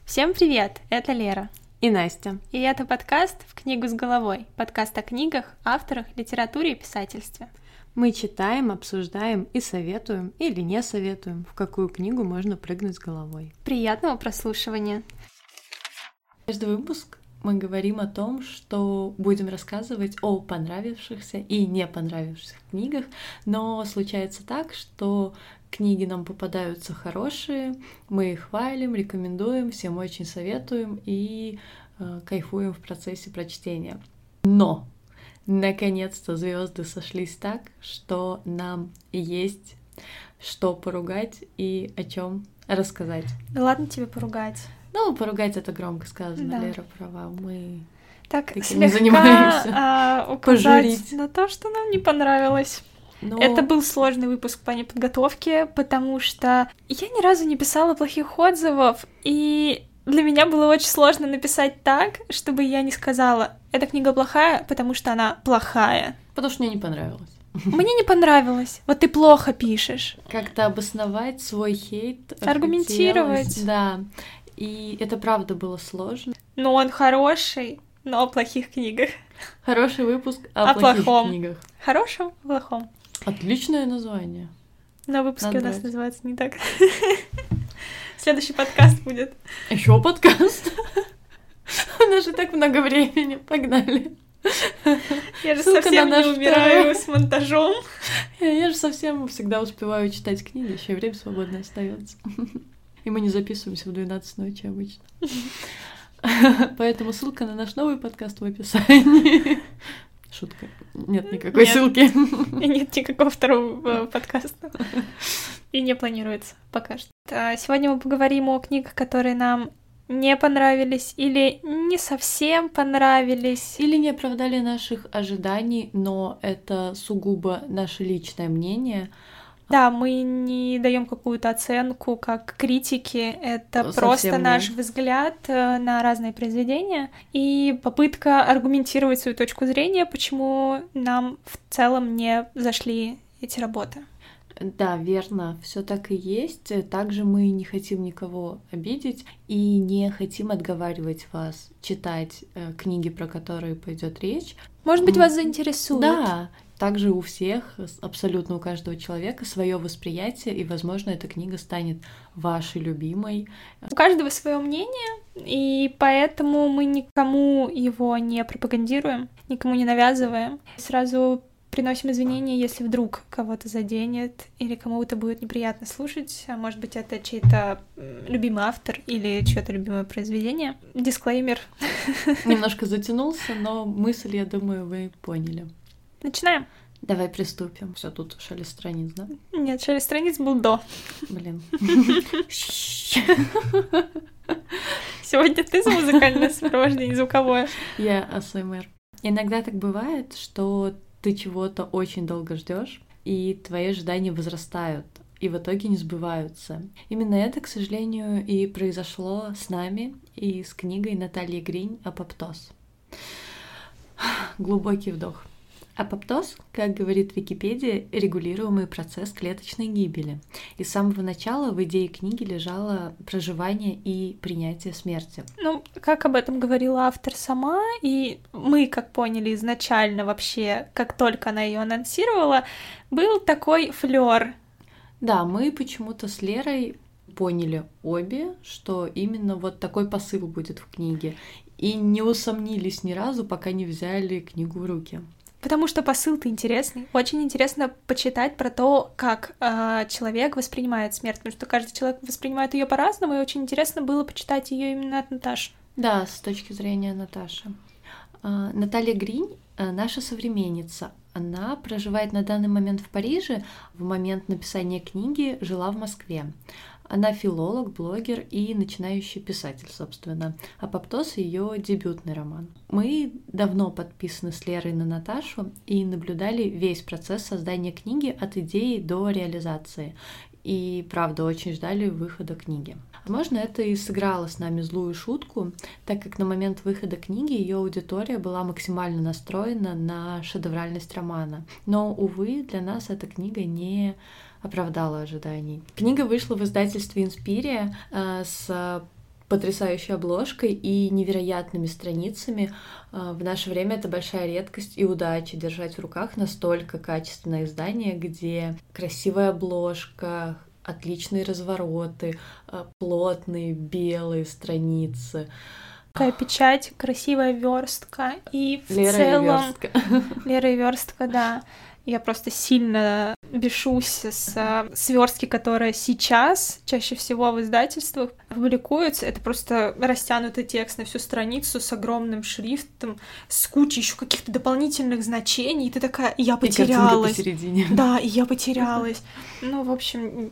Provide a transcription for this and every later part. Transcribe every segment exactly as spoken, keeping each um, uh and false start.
Всем привет! Это Лера и Настя. И это подкаст «В книгу с головой», подкаст о книгах, авторах, литературе и писательстве. Мы читаем, обсуждаем и советуем или не советуем, в какую книгу можно прыгнуть с головой. Приятного прослушивания! Каждый выпуск мы говорим о том, что будем рассказывать о понравившихся и не понравившихся книгах, но случается так, что книги нам попадаются хорошие, мы их хвалим, рекомендуем, всем очень советуем и э, кайфуем в процессе прочтения. Но наконец-то звезды сошлись так, что нам есть что поругать и о чем рассказать. Да ладно тебе поругать. Ну, поругать это громко сказано, Да. Лера права, мы так таким не занимаемся. А, указать Пожурить. на то, что нам не понравилось. Но... Это был сложный выпуск в плане подготовки, потому что я ни разу не писала плохих отзывов, и для меня было очень сложно написать так, чтобы я не сказала, эта книга плохая, потому что она плохая. Потому что мне не понравилось. Мне не понравилось. Вот ты плохо пишешь. Как-то обосновать свой хейт. Аргументировать. Хотелось, да. И это правда было сложно. Но он хороший, но о плохих книгах. Хороший выпуск о, о плохих плохом. книгах. Хорошем, плохом. Отличное название. Но выпуски Надо у нас брать. называются не так. Следующий подкаст будет. Еще подкаст. У нас же так много времени. Погнали. Я же Ссылка совсем на не наш умираю второй. с монтажом. Я, я же совсем всегда успеваю читать книги, еще и время свободное остается. И мы не записываемся в двенадцать ночи обычно. Поэтому ссылка на наш новый подкаст в описании. Шутка. Нет никакой Нет. ссылки. И нет никакого второго подкаста. И не планируется пока что. А Сегодня мы поговорим о книгах, которые нам не понравились или не совсем понравились. Или не оправдали наших ожиданий, но это сугубо наше личное мнение. Да, мы не даем какую-то оценку как критики, это Совсем просто нет. наш взгляд э, на разные произведения и попытка аргументировать свою точку зрения, почему нам в целом не зашли эти работы. Да, верно, все так и есть. Также мы не хотим никого обидеть и не хотим отговаривать вас читать э, книги, про которые пойдет речь. Может быть, М, вас заинтересует. Да, также у всех, абсолютно у каждого человека свое восприятие, и, возможно, эта книга станет вашей любимой. У каждого свое мнение, и поэтому мы никому его не пропагандируем, никому не навязываем. Сразу приносим извинения, если вдруг кого-то заденет или кому-то будет неприятно слушать, а может быть, это чей-то м, любимый автор или чьё-то любимое произведение. Дисклеймер. Немножко затянулся, но мысль, я думаю, вы поняли. Начинаем? Давай приступим. Все тут шелест страниц, да? Нет, шесть страниц был до. Блин. Сегодня ты за музыкальное сопровождение звуковое. Я АСМР. Иногда так бывает, что ты чего-то очень долго ждешь, и твои ожидания возрастают, и в итоге не сбываются. Именно это, к сожалению, и произошло с нами и с книгой Натальи Гринь «Апоптоз». Глубокий вдох. Апоптоз, как говорит Википедия, регулируемый процесс клеточной гибели. И с самого начала в идее книги лежало проживание и принятие смерти. Ну, как об этом говорила автор сама, и мы, как поняли изначально вообще, как только она ее анонсировала, был такой флёр. Да, мы почему-то с Лерой поняли обе, что именно вот такой посыл будет в книге. И не усомнились ни разу, пока не взяли книгу в руки. Потому что посыл-то интересный. Очень интересно почитать про то, как э, человек воспринимает смерть, потому что каждый человек воспринимает ее по-разному, и очень интересно было почитать ее именно от Наташи. Да, с точки зрения Наташи. А, Наталья Гринь а, наша современница. Она проживает на данный момент в Париже, в момент написания книги жила в Москве. Она филолог, блогер и начинающий писатель, собственно. «Апоптоз» — ее дебютный роман. Мы давно подписаны с Лерой на Наташу и наблюдали весь процесс создания книги от идеи до реализации. И, правда, очень ждали выхода книги. Возможно, это и сыграло с нами злую шутку, так как на момент выхода книги ее аудитория была максимально настроена на шедевральность романа. Но, увы, для нас эта книга не оправдала ожиданий. Книга вышла в издательстве «Инспирия» э, с потрясающей обложкой и невероятными страницами. В наше время это большая редкость и удача держать в руках настолько качественное издание, где красивая обложка, отличные развороты, плотные белые страницы. Такая печать, красивая верстка и в Лера целом... и верстка. Лера и верстка, да. Я просто сильно бешусь с сверстки, которая сейчас чаще всего в издательствах публикуется. Это просто растянутый текст на всю страницу с огромным шрифтом, с кучей еще каких-то дополнительных значений. И ты такая, я потерялась. И картинка посередине. Да, и я потерялась. Ну, в общем,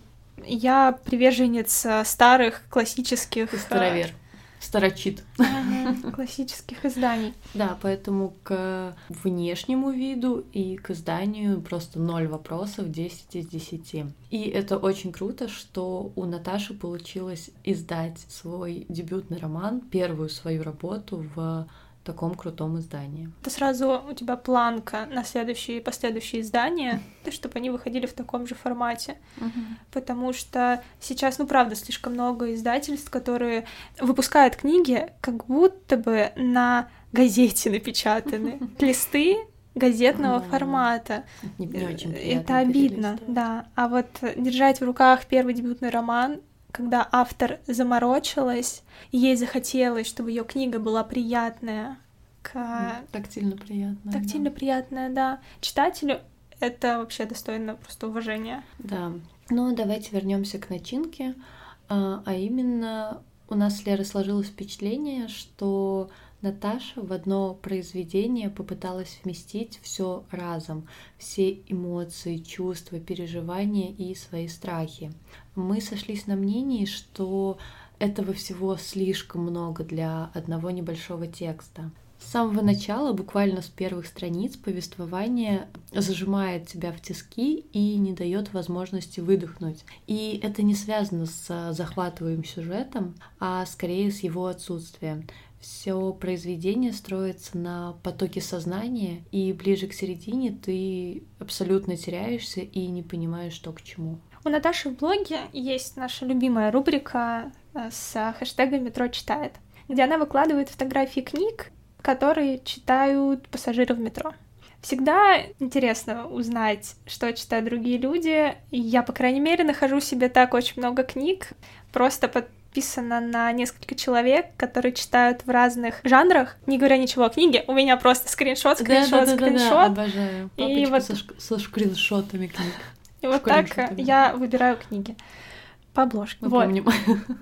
я приверженец старых классических... Старовер. Старочит. Ага, классических изданий. Да, поэтому к внешнему виду и к изданию просто ноль вопросов, десять из десяти. И это очень круто, что у Наташи получилось издать свой дебютный роман, первую свою работу в таком крутом издании. Это сразу у тебя планка на следующие и последующие издания, чтобы они выходили в таком же формате. Угу. Потому что сейчас, ну правда, слишком много издательств, которые выпускают книги, как будто бы на газете напечатаны. Листы газетного Да. формата. Не, не очень приятно Это обидно, перелистывать. да. А вот держать в руках первый дебютный роман, когда автор заморочилась, и ей захотелось, чтобы ее книга была приятная, к... Тактильно приятно. тактильно да. приятная, да. Читателю это вообще достойно просто уважения. Да. Ну, давайте вернемся к начинке. А, а именно, у нас с Лерой сложилось впечатление, что Наташа в одно произведение попыталась вместить все разом, все эмоции, чувства, переживания и свои страхи. Мы сошлись на мнении, что этого всего слишком много для одного небольшого текста. С самого начала, буквально с первых страниц, повествование зажимает тебя в тиски и не дает возможности выдохнуть. И это не связано с захватываемым сюжетом, а скорее с его отсутствием. Все произведение строится на потоке сознания, и ближе к середине ты абсолютно теряешься и не понимаешь, что к чему. У Наташи в блоге есть наша любимая рубрика с хэштегом «Метро читает», где она выкладывает фотографии книг, которые читают пассажиры в метро. Всегда интересно узнать, что читают другие люди. Я, по крайней мере, нахожу себе так очень много книг, просто подписана на несколько человек, которые читают в разных жанрах. Не говоря ничего о книге, у меня просто скриншот, скриншот, да, да, скриншот. Да, да, обожаю. Папочка И вот... со, шк- со скриншотами книг. И вот так я выбираю книги по обложке. Мы вот. помним.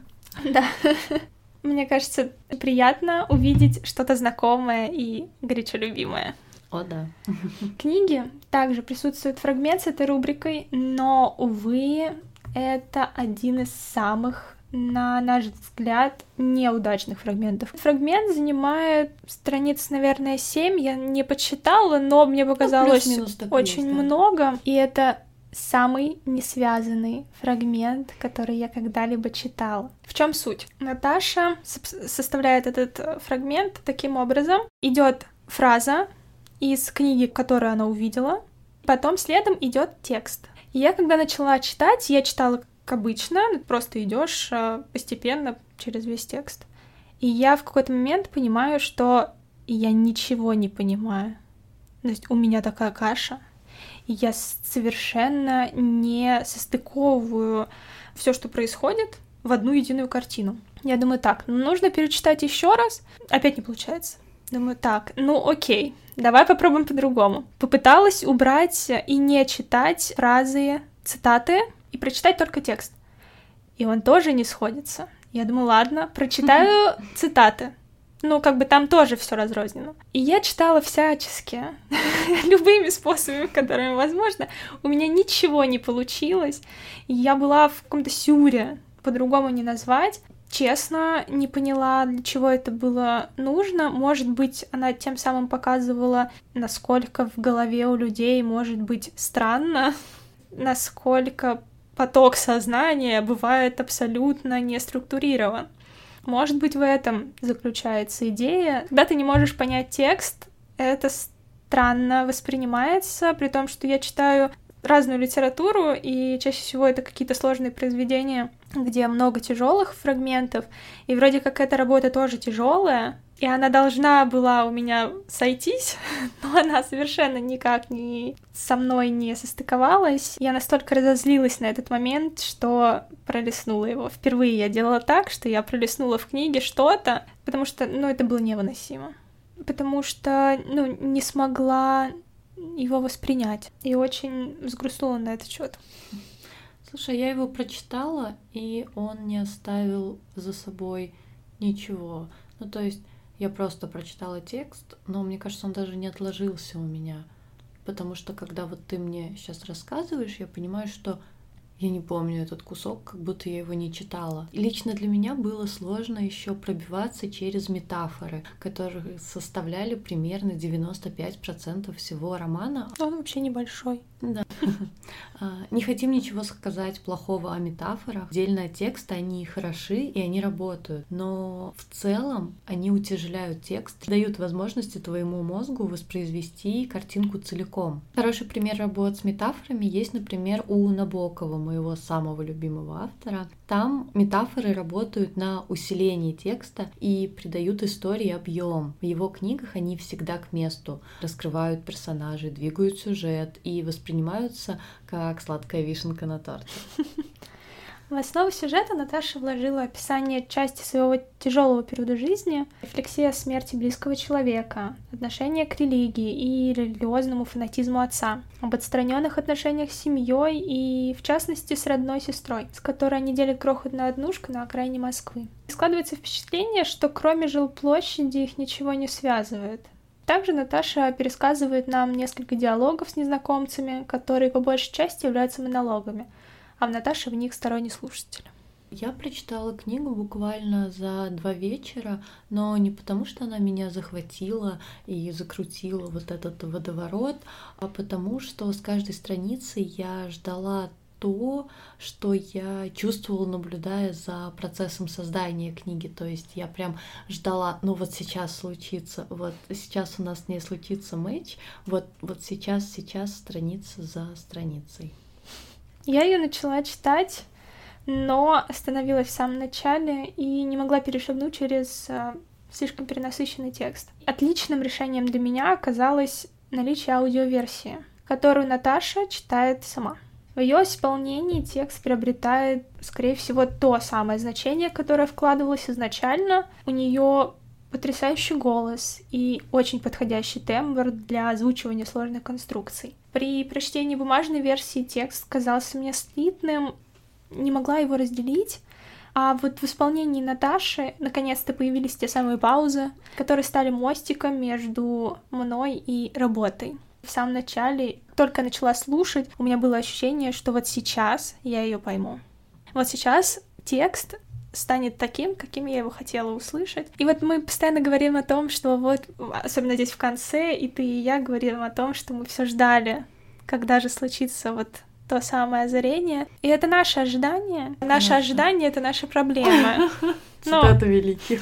Да. Мне кажется, приятно увидеть что-то знакомое и горячо любимое. О, да. В книге также присутствует фрагмент с этой рубрикой, но, увы, это один из самых, на наш взгляд, неудачных фрагментов. Фрагмент занимает страниц, наверное, семь, я не подсчитала, но мне показалось ну, очень есть, да. много, и это самый несвязанный фрагмент, который я когда-либо читала. В чем суть? Наташа составляет этот фрагмент таким образом. Идет фраза из книги, которую она увидела, потом следом идет текст. И я, когда начала читать, я читала как обычно, просто идешь постепенно через весь текст. И я в какой-то момент понимаю, что я ничего не понимаю. То есть у меня такая каша. Я совершенно не состыковываю все, что происходит, в одну единую картину. Я думаю, так, нужно перечитать еще раз. Опять не получается. Думаю, так, ну окей, давай попробуем по-другому. Попыталась убрать и не читать фразы, цитаты и прочитать только текст. И он тоже не сходится. Я думаю, ладно, прочитаю цитаты. Ну, как бы там тоже все разрознено. И я читала всячески, любыми способами, которыми возможно. У меня ничего не получилось. И я была в каком-то сюре, по-другому не назвать. Честно, не поняла, для чего это было нужно. Может быть, она тем самым показывала, насколько в голове у людей может быть странно, насколько поток сознания бывает абсолютно не структурирован. Может быть, в этом заключается идея. Когда ты не можешь понять текст, это странно воспринимается, при том, что я читаю разную литературу, и чаще всего это какие-то сложные произведения. где много тяжелых фрагментов, и вроде как эта работа тоже тяжелая, и она должна была у меня сойтись, но она совершенно никак не со мной не состыковалась. Я настолько разозлилась на этот момент, что пролистнула его. Впервые я делала так, что я пролистнула в книге что-то, потому что, ну, это было невыносимо. Потому что, ну, не смогла его воспринять. И очень взгрустнула на этот счет. Слушай, я его прочитала, и он не оставил за собой ничего. Ну, то есть я просто прочитала текст, но мне кажется, он даже не отложился у меня. Потому что когда вот ты мне сейчас рассказываешь, я понимаю, что я не помню этот кусок, как будто я его не читала. И лично для меня было сложно еще пробиваться через метафоры, которые составляли примерно девяносто пять процентов всего романа. Он вообще небольшой. Да. Не хотим ничего сказать плохого о метафорах. Отдельно тексты, они хороши и они работают. Но в целом они утяжеляют текст, дают возможности твоему мозгу воспроизвести картинку целиком. Хороший пример работы с метафорами есть, например, у Набокова, моего самого любимого автора. Там метафоры работают на усилении текста и придают истории объем. В его книгах они всегда к месту, раскрывают персонажей, двигают сюжет и воспринимаются как сладкая вишенка на торте. В основу сюжета Наташа вложила описание части своего тяжелого периода жизни, рефлексия о смерти близкого человека, отношение к религии и религиозному фанатизму отца, об отстраненных отношениях с семьей и, в частности, с родной сестрой, с которой они делят крохотную однушку на окраине Москвы. И складывается впечатление, что кроме жилплощади их ничего не связывает. Также Наташа пересказывает нам несколько диалогов с незнакомцами, которые по большей части являются монологами, а в Наташе в них сторонний слушатель. Я прочитала книгу буквально за два вечера, но не потому, что она меня захватила и закрутила вот этот водоворот, а потому что с каждой страницы я ждала то, что я чувствовала, наблюдая за процессом создания книги. То есть я прям ждала, ну вот сейчас случится, вот сейчас у нас не случится матч, вот, вот сейчас, сейчас страница за страницей. Я ее начала читать, но остановилась в самом начале и не могла перешагнуть через э, слишком перенасыщенный текст. Отличным решением для меня оказалось наличие аудиоверсии, которую Наташа читает сама. В ее исполнении текст приобретает, скорее всего, то самое значение, которое вкладывалось изначально. У нее потрясающий голос и очень подходящий тембр для озвучивания сложных конструкций. При прочтении бумажной версии текст казался мне слитным, не могла его разделить, а вот в исполнении Наташи наконец-то появились те самые паузы, которые стали мостиком между мной и работой. В самом начале, только начала слушать, у меня было ощущение, что вот сейчас я ее пойму. Вот сейчас текст станет таким, каким я его хотела услышать. И вот мы постоянно говорим о том, что вот, особенно здесь в конце, и ты, и я говорим о том, что мы все ждали, когда же случится вот то самое озарение. И это наше ожидание. Наше ожидание — это наша проблема. Цитата великих.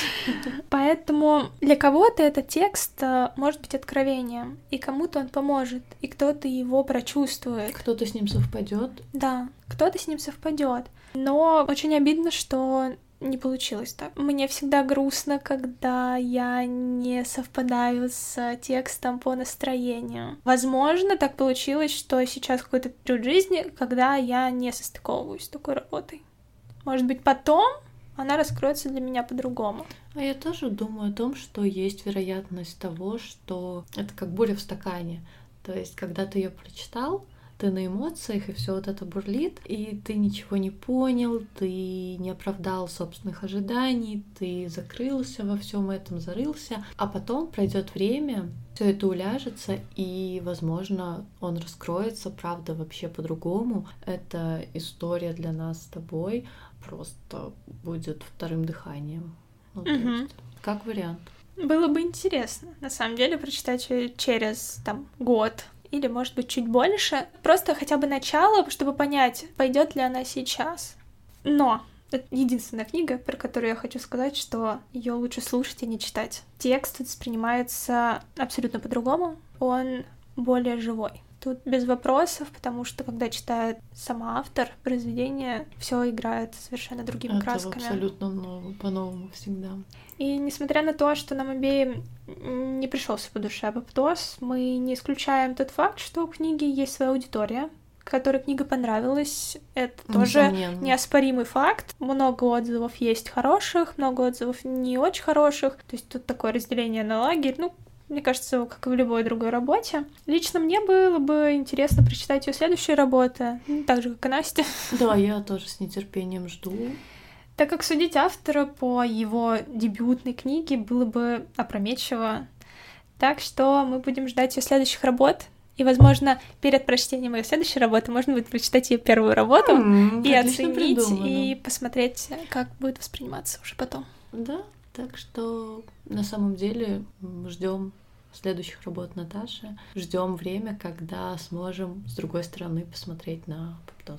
Поэтому для кого-то этот текст может быть откровением, и кому-то он поможет, и кто-то его прочувствует. Кто-то с ним совпадет. Да, кто-то с ним совпадет. Но очень обидно, что не получилось так. Мне всегда грустно, когда я не совпадаю с текстом по настроению. Возможно, так получилось, что сейчас какой-то период жизни, когда я не состыковываюсь с такой работой. Может быть, потом она раскроется для меня по-другому. А я тоже думаю о том, что есть вероятность того, что это как буря в стакане. То есть, когда ты ее прочитал, ты на эмоциях, и все вот это бурлит, и ты ничего не понял, ты не оправдал собственных ожиданий, ты закрылся во всем этом, зарылся, а потом пройдет время, все это уляжется, и, возможно, он раскроется, правда, вообще по-другому. Эта история для нас с тобой просто будет вторым дыханием. Ну, то Угу. есть, как вариант. Было бы интересно, на самом деле, прочитать через там год или, может быть, чуть больше. Просто хотя бы начало, чтобы понять, пойдет ли она сейчас. Но это единственная книга, про которую я хочу сказать, что ее лучше слушать, а не читать. Текст воспринимается абсолютно по-другому, он более живой. тут без вопросов, потому что когда читает сама автор произведения, все играет совершенно другими Это красками. абсолютно ново, по-новому всегда. И несмотря на то, что нам обеим не пришелся по душе Апоптоз, мы не исключаем тот факт, что у книги есть своя аудитория, которой книга понравилась. Это тоже Несомненно. неоспоримый факт. Много отзывов есть хороших, много отзывов не очень хороших. То есть тут такое разделение на лагерь. Ну, мне кажется, как и в любой другой работе. Лично мне было бы интересно прочитать ее следующие работы, так же, как и Настя. Да, я тоже с нетерпением жду. Так как судить автора по его дебютной книге было бы опрометчиво. Так что мы будем ждать ее следующих работ. И, возможно, перед прочтением ее следующей работы можно будет прочитать ее первую работу Mm, и отлично оценить, придумано. и посмотреть, как будет восприниматься уже потом. Да, так что на самом деле ждем следующих работ Наташи, ждем время, когда сможем с другой стороны посмотреть на Апоптоз.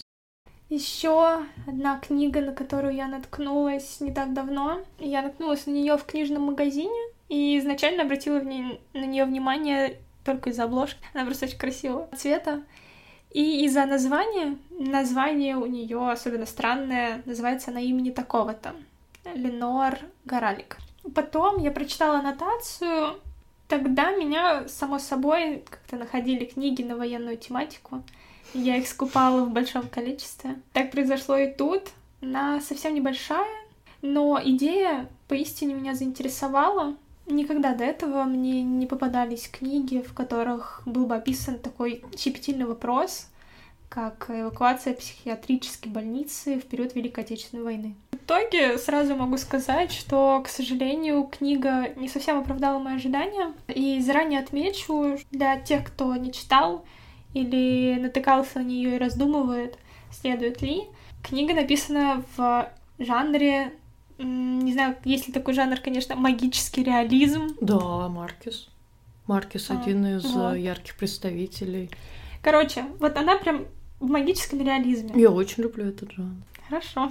Еще одна книга, на которую я наткнулась не так давно. Я наткнулась на нее в книжном магазине и изначально обратила в ней, на нее внимание только из-за обложки. Она просто очень красивого цвета. И из-за названия, название у нее особенно странное, называется она имени такого-то. Ленор Горалик. Потом я прочитала аннотацию. Тогда меня, само собой, как-то находили книги на военную тематику. Я их скупала в большом количестве. Так произошло и тут. Она совсем небольшая, но идея поистине меня заинтересовала. Никогда до этого мне не попадались книги, в которых был бы описан такой щепетильный вопрос, как эвакуация психиатрической больницы в период Великой Отечественной войны. В итоге сразу могу сказать, что, к сожалению, книга не совсем оправдала мои ожидания. И заранее отмечу для тех, кто не читал или натыкался на нее и раздумывает, следует ли. Книга написана в жанре, не знаю, есть ли такой жанр, конечно, магический реализм. Да, Маркес. Маркес А, один из вот. ярких представителей. Короче, вот она прям в магическом реализме. Я очень люблю этот жанр. Хорошо.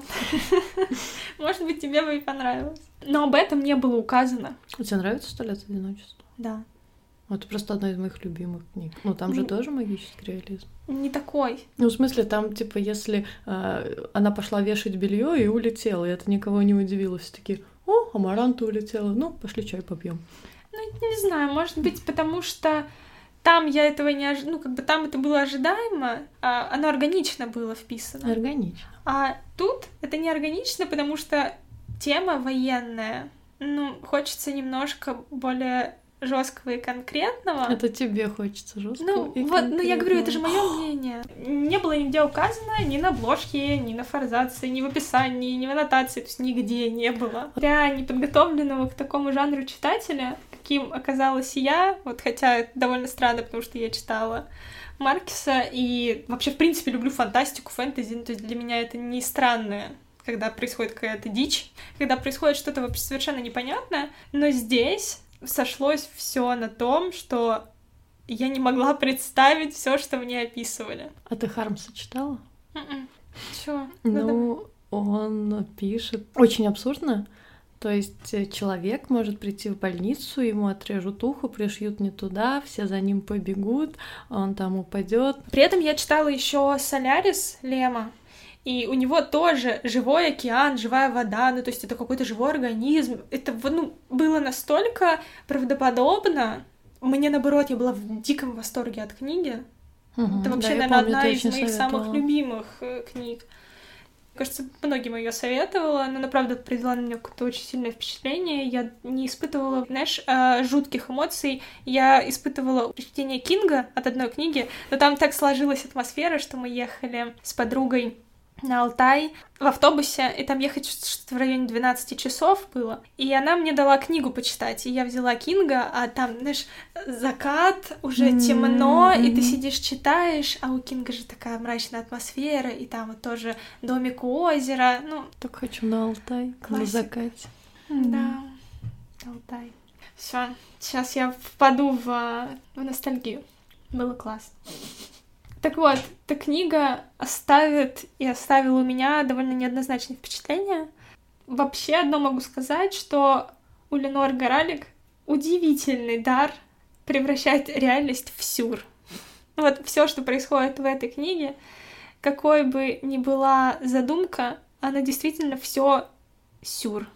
Может быть, тебе бы и понравилось. Но об этом не было указано. Тебе нравится «Сто лет одиночества»? Да. Это просто одна из моих любимых книг. Ну, там же М. тоже магический реализм. Не такой. Ну, в смысле, там, типа, если э, она пошла вешать белье и улетела, и это никого не удивило. Все такие: о, Амаранта улетела, ну, пошли чай попьем. Ну, не знаю, может быть, потому что там я этого не ожидала, ну, как бы там это было ожидаемо, а оно органично было вписано. Органично. А тут это не органично, потому что тема военная. Ну, хочется немножко более жесткого и конкретного. Это тебе хочется жестко. Ну, и вот, ну я говорю, конкретного. это же мое мнение. Не было нигде указано ни на обложке, ни на форзации, ни в описании, ни в аннотации, то есть нигде не было. Для неподготовленного к такому жанру читателя, каким оказалась и я, вот хотя это довольно странно, потому что я читала Маркеса и вообще, в принципе, люблю фантастику, фэнтези, ну, то есть для меня это не странное, когда происходит какая-то дичь, когда происходит что-то вообще совершенно непонятное, но здесь сошлось все на том, что я не могла представить все, что мне описывали. А ты Хармса читала? М-м. Чё? Ну, он пишет очень абсурдно. То есть человек может прийти в больницу, ему отрежут ухо, пришьют не туда, все за ним побегут, он там упадет. При этом я читала еще «Солярис» Лема, и у него тоже живой океан, живая вода, ну то есть это какой-то живой организм. Это ну, было настолько правдоподобно. Мне, наоборот, я была в диком восторге от книги. Угу, это вообще, да, наверное, помню, одна ты из очень моих советовала. самых любимых э, книг. Кажется, многим ее советовала, но она, правда, произвела на меня какое-то очень сильное впечатление. Я не испытывала, знаешь, э, жутких эмоций. Я испытывала впечатление Кинга от одной книги, но там так сложилась атмосфера, что мы ехали с подругой на Алтай в автобусе, и там ехать что-то в районе двенадцати часов было. И она мне дала книгу почитать, и я взяла Кинга, а там, знаешь, закат, уже mm-hmm. темно, и ты сидишь, читаешь, а у Кинга же такая мрачная атмосфера, и там вот тоже домик у озера, ну... Так хочу на Алтай, классик. На закате. Mm-hmm. Да, Алтай. Все, сейчас я впаду в, в ностальгию. Было классно. Так вот, эта книга оставит и оставила у меня довольно неоднозначное впечатление. Вообще одно могу сказать, что у Ленор Горалик удивительный дар превращать реальность в сюр. Вот все, что происходит в этой книге, какой бы ни была задумка, она действительно все сюр.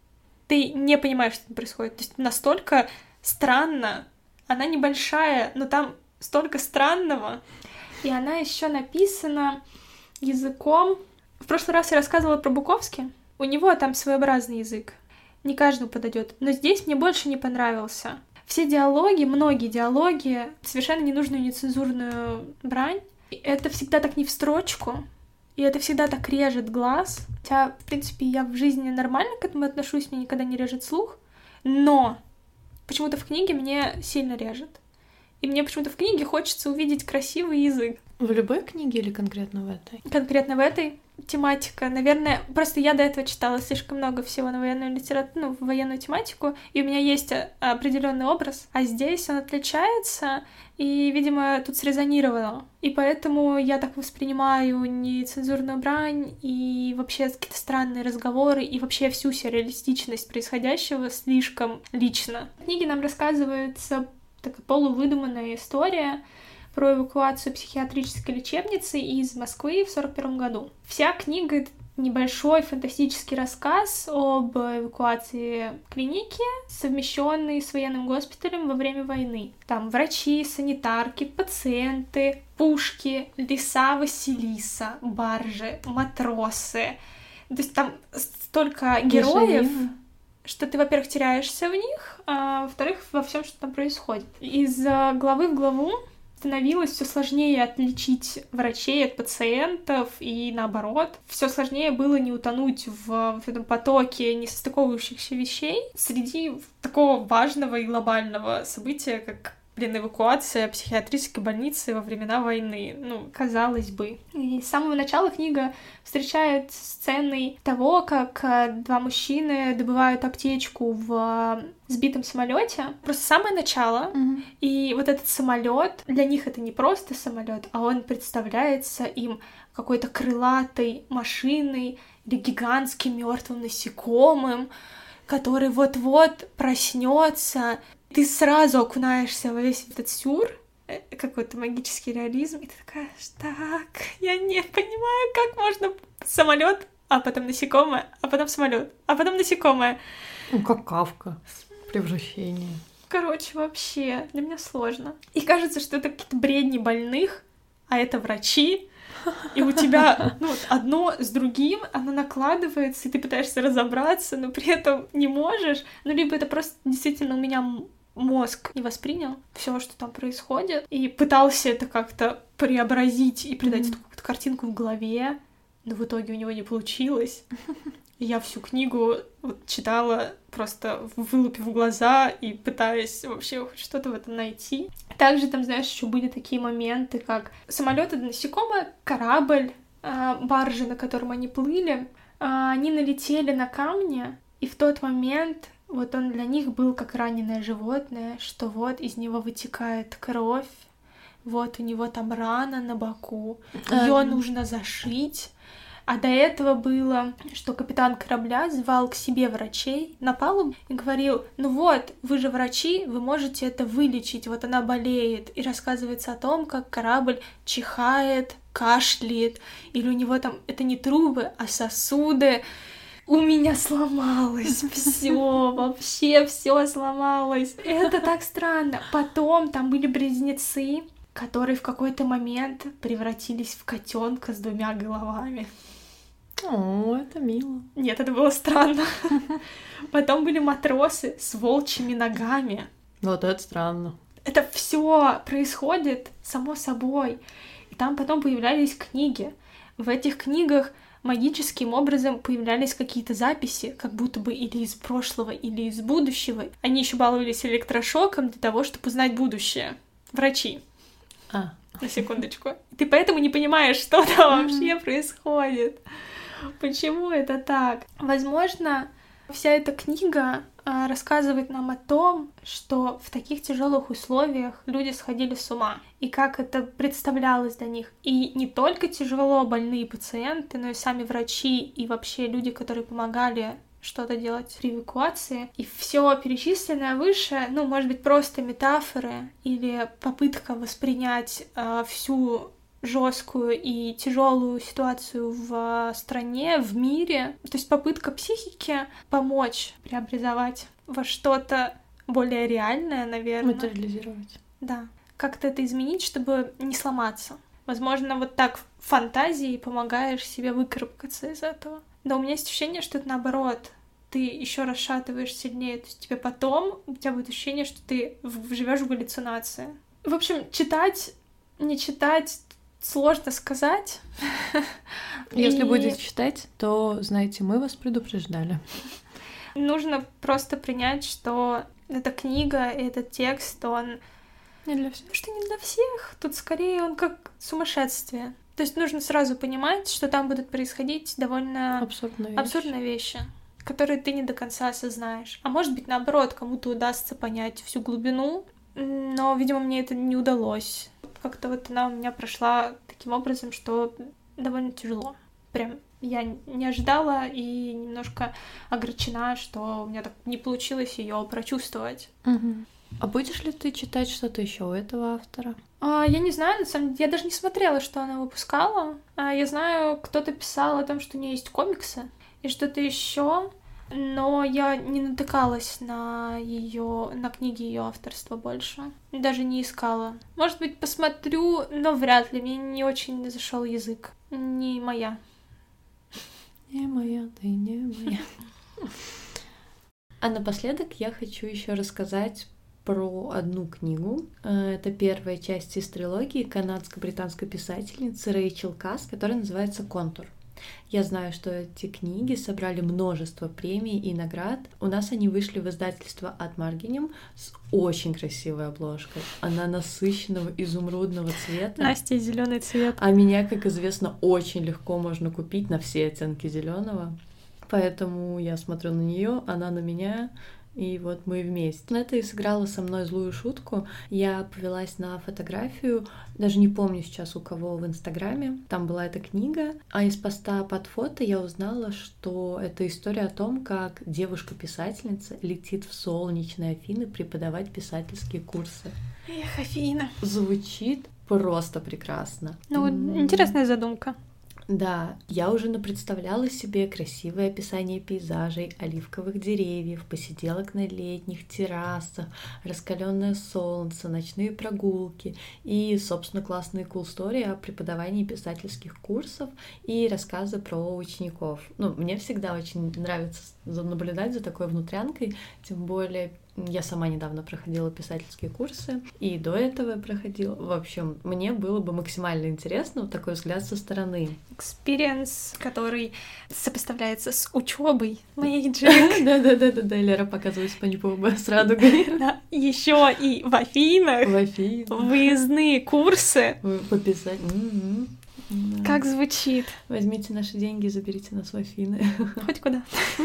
Ты не понимаешь, что происходит. То есть настолько странно. Она небольшая, но там столько странного. И она еще написана языком... В прошлый раз я рассказывала про Буковски. У него там своеобразный язык. Не каждому подойдет. Но здесь мне больше не понравился. Все диалоги, многие диалоги, совершенно ненужную нецензурную брань. Это всегда так не в строчку. И это всегда так режет глаз. Хотя, в принципе, я в жизни нормально к этому отношусь, мне никогда не режет слух. Но почему-то в книге мне сильно режет. И мне почему-то в книге хочется увидеть красивый язык. В любой книге или конкретно в этой? Конкретно в этой тематика. Наверное, просто я до этого читала слишком много всего на военную литературу, ну, в военную тематику, и у меня есть определенный образ, а здесь он отличается, и, видимо, тут срезонировало. И поэтому я так воспринимаю нецензурную брань и вообще какие-то странные разговоры, и вообще всю сюрреалистичность происходящего слишком лично. В книге нам рассказывается такая полувыдуманная история про эвакуацию психиатрической лечебницы из Москвы в сорок первом году. Вся книга — это небольшой фантастический рассказ об эвакуации клиники, совмещенной с военным госпиталем во время войны. Там врачи, санитарки, пациенты, пушки, леса Василиса, баржи, матросы. То есть там столько героев, что ты, во-первых, теряешься в них, а во-вторых, во всем, что там происходит. Из главы в главу становилось все сложнее отличить врачей от пациентов, и наоборот. Все сложнее было не утонуть в, в этом потоке несостыковывающихся вещей среди такого важного и глобального события, как, блин, эвакуация психиатрической больницы во времена войны. Ну, казалось бы. И с самого начала книга встречает сцены того, как два мужчины добывают аптечку в сбитом самолете. Просто самое начало. Mm-hmm. И вот этот самолет, для них это не просто самолет, а он представляется им какой-то крылатой машиной или гигантским мертвым насекомым, который вот-вот проснется. Ты сразу окунаешься во весь этот сюр, какой-то магический реализм, и ты такая, так, я не понимаю, как можно самолет, а потом насекомое, а потом самолет, а потом насекомое. Ну, как Кафка. Превращение. Короче, вообще, для меня сложно. И кажется, что это какие-то бредни больных, а это врачи, и у тебя ну, одно с другим, оно накладывается, и ты пытаешься разобраться, но при этом не можешь. Ну, либо это просто действительно у меня мозг не воспринял все, что там происходит, и пытался это как-то преобразить и придать mm-hmm. эту какую-то картинку в голове, но в итоге у него не получилось. Я всю книгу вот читала, просто вылупив глаза и пытаясь вообще хоть что-то в этом найти. Также там, знаешь, еще были такие моменты, как самолет — это насекомое, корабль, баржи, на котором они плыли, они налетели на камни, и в тот момент вот он для них был как раненое животное, что вот из него вытекает кровь, вот у него там рана на боку, ее нужно зашить. А до этого было, что капитан корабля звал к себе врачей на палубу и говорил, ну вот, вы же врачи, вы можете это вылечить, вот она болеет. И рассказывается о том, как корабль чихает, кашляет, или у него там, это не трубы, а сосуды. У меня сломалось все, вообще все сломалось. Это так странно. Потом там были близнецы, которые в какой-то момент превратились в котенка с двумя головами. О, это мило. Нет, это было странно. Потом были матросы с волчьими ногами. Вот это странно. Это все происходит само собой. И там потом появлялись книги. В этих книгах магическим образом появлялись какие-то записи, как будто бы или из прошлого, или из будущего. Они еще баловались электрошоком для того, чтобы узнать будущее. Врачи. А. На секундочку. Ты поэтому не понимаешь, что там вообще происходит. Почему это так? Возможно, вся эта книга а, рассказывает нам о том, что в таких тяжелых условиях люди сходили с ума, и как это представлялось для них. И не только тяжело больные пациенты, но и сами врачи, и вообще люди, которые помогали что-то делать при эвакуации. И все перечисленное выше, ну, может быть, просто метафоры или попытка воспринять э, всю жесткую и тяжелую ситуацию в стране, в мире. То есть попытка психики помочь преобразовать во что-то более реальное, наверное. Материализировать. Да. Как-то это изменить, чтобы не сломаться. Возможно, вот так фантазией помогаешь себе выкарабкаться из этого. Но у меня есть ощущение, что это наоборот. Ты еще расшатываешь сильнее. То есть тебе потом, у тебя будет ощущение, что ты живешь в галлюцинации. В общем, читать, не читать, сложно сказать. Если И... будете читать, то, знаете, мы вас предупреждали. Нужно просто принять, что эта книга, этот текст, он... Не для всех. Потому что не для всех. Тут скорее он как сумасшествие. То есть нужно сразу понимать, что там будут происходить довольно абсурдные вещи, абсурдные вещи, которые ты не до конца осознаешь. А может быть, наоборот, кому-то удастся понять всю глубину, но, видимо, мне это не удалось. Как-то вот она у меня прошла таким образом, что довольно тяжело. Прям я не ожидала и немножко огорчена, что у меня так не получилось ее прочувствовать. Угу. А будешь ли ты читать что-то еще у этого автора? А, я не знаю, на самом деле, я даже не смотрела, что она выпускала. А, я знаю, кто-то писал о том, что у нее есть комиксы и что-то еще, но я не натыкалась на ее, на книги ее авторства больше. Даже не искала. Может быть, посмотрю, но вряд ли. Мне не очень зашел язык. Не моя. Не моя, ты не моя. А напоследок я хочу еще рассказать про одну книгу. Это первая часть из трилогии канадско-британской писательницы Рэйчел Касс, которая называется «Контур». Я знаю, что эти книги собрали множество премий и наград. У нас они вышли в издательство от Маргинем с очень красивой обложкой. Она насыщенного изумрудного цвета. Настя, зеленый цвет. А меня, как известно, очень легко можно купить на все оттенки зеленого. Поэтому я смотрю на нее, она на меня. И вот мы вместе. Это и сыграла со мной злую шутку. Я повелась на фотографию, даже не помню сейчас у кого в Инстаграме. Там была эта книга, а из поста под фото я узнала, что это история о том, как девушка-писательница летит в солнечные Афины преподавать писательские курсы. Эх, Афина. Звучит просто прекрасно. Ну, м-м. Интересная задумка. Да, я уже напредставляла себе красивое описание пейзажей, оливковых деревьев, посиделок на летних террасах, раскаленное солнце, ночные прогулки и, собственно, классные cool story о преподавании писательских курсов и рассказы про учеников. Ну, мне всегда очень нравится наблюдать за такой внутрянкой, тем более я сама недавно проходила писательские курсы, и до этого я проходила. В общем, мне было бы максимально интересно вот такой взгляд со стороны. Экспириенс, который сопоставляется с учебой моей Джек. Да-да-да-да, Лера показывает Спанч Боба с радугой. Еще и в Афинах. В Афинах. Выездные курсы. Пописать. Как звучит. Возьмите наши деньги и заберите нас в Афины. Хоть куда.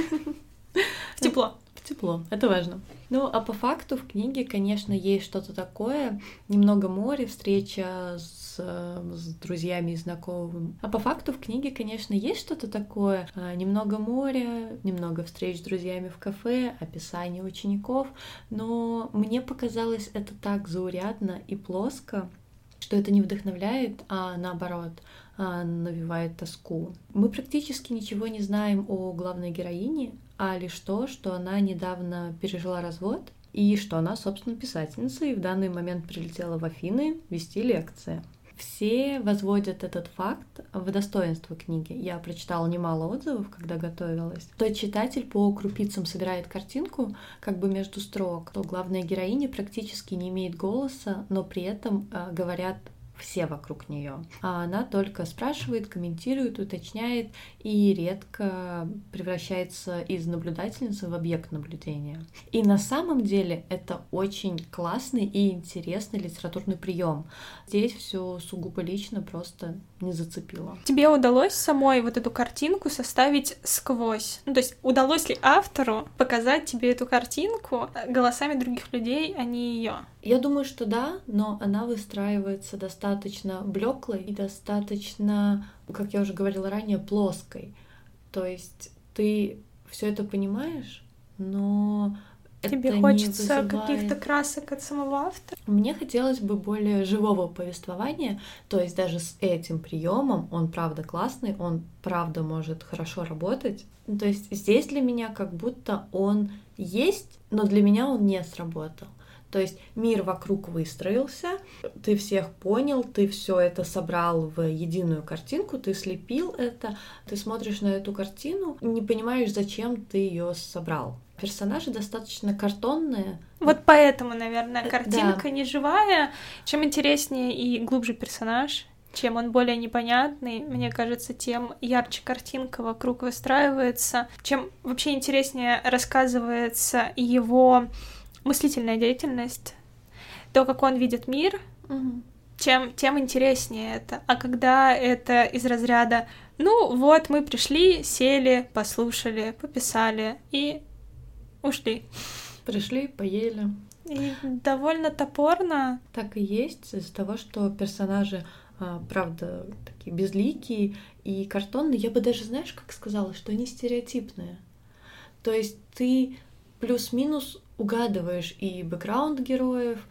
В тепло. Тепло, это важно. Ну, а по факту в книге, конечно, есть что-то такое, немного море, встреча с, с друзьями и знакомыми. А по факту в книге, конечно, есть что-то такое, немного моря, немного встреч с друзьями в кафе, описание учеников, но мне показалось это так заурядно и плоско, что это не вдохновляет, а наоборот, навевает тоску. Мы практически ничего не знаем о главной героине, а лишь то, что она недавно пережила развод, и что она, собственно, писательница, и в данный момент прилетела в Афины вести лекции. Все возводят этот факт в достоинство книги. Я прочитала немало отзывов, когда готовилась. Тот читатель по крупицам собирает картинку, как бы между строк, то главная героиня практически не имеет голоса, но при этом э, говорят все вокруг нее. А она только спрашивает, комментирует, уточняет и редко превращается из наблюдательницы в объект наблюдения. И на самом деле это очень классный и интересный литературный прием. Здесь все сугубо лично просто не зацепило. Тебе удалось самой вот эту картинку составить сквозь? Ну, то есть удалось ли автору показать тебе эту картинку голосами других людей, а не ее? Я думаю, что да, но она выстраивается достаточно блеклой и достаточно, как я уже говорила ранее, плоской. То есть ты все это понимаешь, но тебе это хочется не вызывает... каких-то красок от самого автора? Мне хотелось бы более живого повествования, то есть даже с этим приемом он правда классный, он правда может хорошо работать. То есть здесь для меня как будто он есть, но для меня он не сработал. То есть мир вокруг выстроился, ты всех понял, ты все это собрал в единую картинку, ты слепил это, ты смотришь на эту картину, не понимаешь, зачем ты ее собрал. Персонажи достаточно картонные. Вот поэтому, наверное, Э, картинка да. не живая. Чем интереснее и глубже персонаж, чем он более непонятный, мне кажется, тем ярче картинка вокруг выстраивается, чем вообще интереснее рассказывается его мыслительная деятельность, то, как он видит мир, Угу. чем, тем интереснее это. А когда это из разряда «ну вот, мы пришли, сели, послушали, пописали и ушли». Пришли, поели. И довольно топорно. Так и есть, из-за того, что персонажи, а, правда, такие безликие и картонные. Я бы даже, знаешь, как сказала, что они стереотипные. То есть ты плюс-минус угадываешь и бэкграунд героев,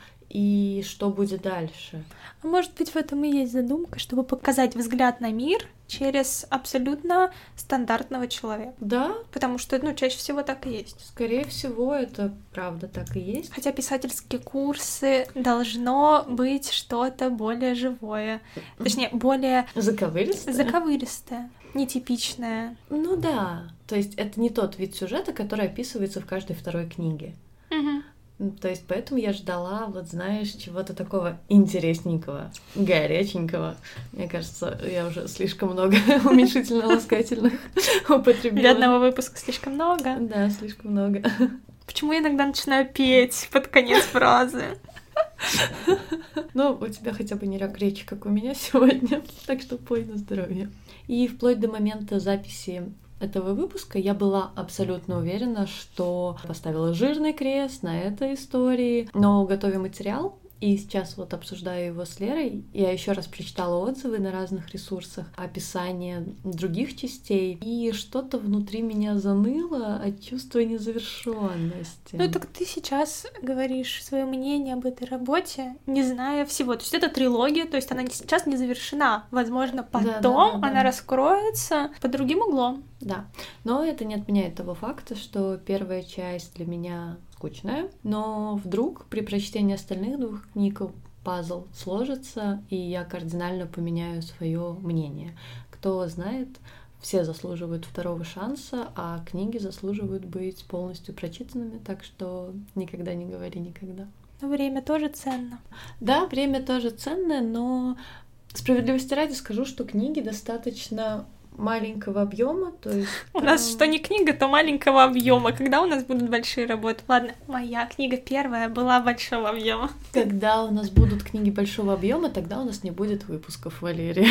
и что будет дальше. А может быть, в этом и есть задумка, чтобы показать взгляд на мир через абсолютно стандартного человека. Да, Потому что, ну, чаще всего так и есть. скорее всего, это правда так и есть. Хотя писательские курсы должно быть что-то более живое. Точнее, более Заковыристое? заковыристое, нетипичное. Ну да, то есть это не тот вид сюжета, который описывается в каждой второй книге. Мгм. То есть поэтому я ждала, вот знаешь, чего-то такого интересненького, горяченького. Мне кажется, я уже слишком много уменьшительно-ласкательных употребила. Для одного выпуска слишком много. Да, слишком много. Почему я иногда начинаю петь под конец фразы? Ну, у тебя хотя бы не рак речи, как у меня сегодня, так что пой на здоровье. И вплоть до момента записи этого выпуска я была абсолютно уверена, что поставила жирный крест на этой истории, но готовя материал, и сейчас вот обсуждаю его с Лерой, я еще раз прочитала отзывы на разных ресурсах, описание других частей, и что-то внутри меня заныло от чувства незавершенности. Ну, так ты сейчас говоришь свое мнение об этой работе, не зная всего. То есть это трилогия, то есть она сейчас не завершена. Возможно, потом Да, да, да, да. она раскроется под другим углом. Да, но это не отменяет того факта, что первая часть для меня скучная, но вдруг при прочтении остальных двух книг пазл сложится, и я кардинально поменяю свое мнение. Кто знает, все заслуживают второго шанса, а книги заслуживают быть полностью прочитанными, так что никогда не говори никогда. Но время тоже ценно. Да, время тоже ценное, но справедливости ради скажу, что книги достаточно маленького объема, то есть У там... нас что не книга, то маленького объема. Когда у нас будут большие работы? Ладно, моя книга первая была большого объема. Когда у нас будут книги большого объема, тогда у нас не будет выпусков, Валерия.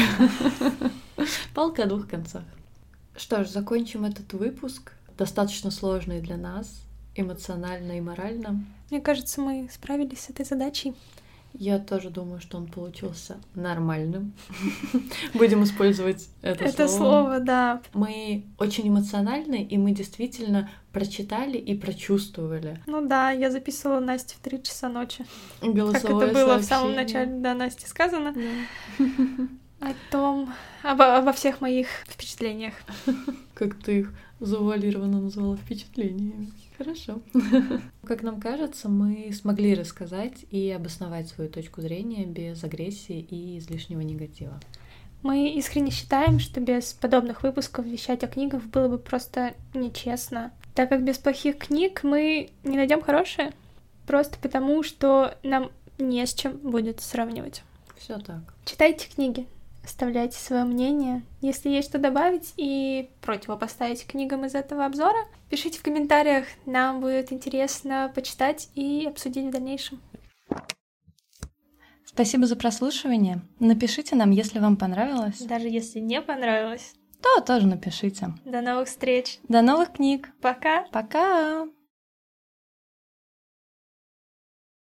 Палка о двух концах. Что ж, закончим этот выпуск. Достаточно сложный для нас, эмоционально и морально. Мне кажется, мы справились с этой задачей. Я тоже думаю, что он получился нормальным. Будем использовать это, Это слово. слово, да. Мы очень эмоциональны, и мы действительно прочитали и прочувствовали. Ну да, я записывала Насте в три часа ночи. Голосовое Как это было в самом сообщение. начале, да, Насте сказано. Да. О том, обо, обо всех моих впечатлениях. Как ты их завуалированно назвала впечатлениями. Хорошо. Как нам кажется, мы смогли рассказать и обосновать свою точку зрения без агрессии и излишнего негатива. Мы искренне считаем, что без подобных выпусков вещать о книгах было бы просто нечестно, так как без плохих книг мы не найдем хорошие, просто потому, что нам не с чем будет сравнивать. Все так. Читайте книги, оставляйте свое мнение. Если есть что добавить и противопоставить книгам из этого обзора, пишите в комментариях, нам будет интересно почитать и обсудить в дальнейшем. Спасибо за прослушивание. Напишите нам, если вам понравилось. Даже если не понравилось, То тоже напишите. до новых встреч. До новых книг. Пока! Пока!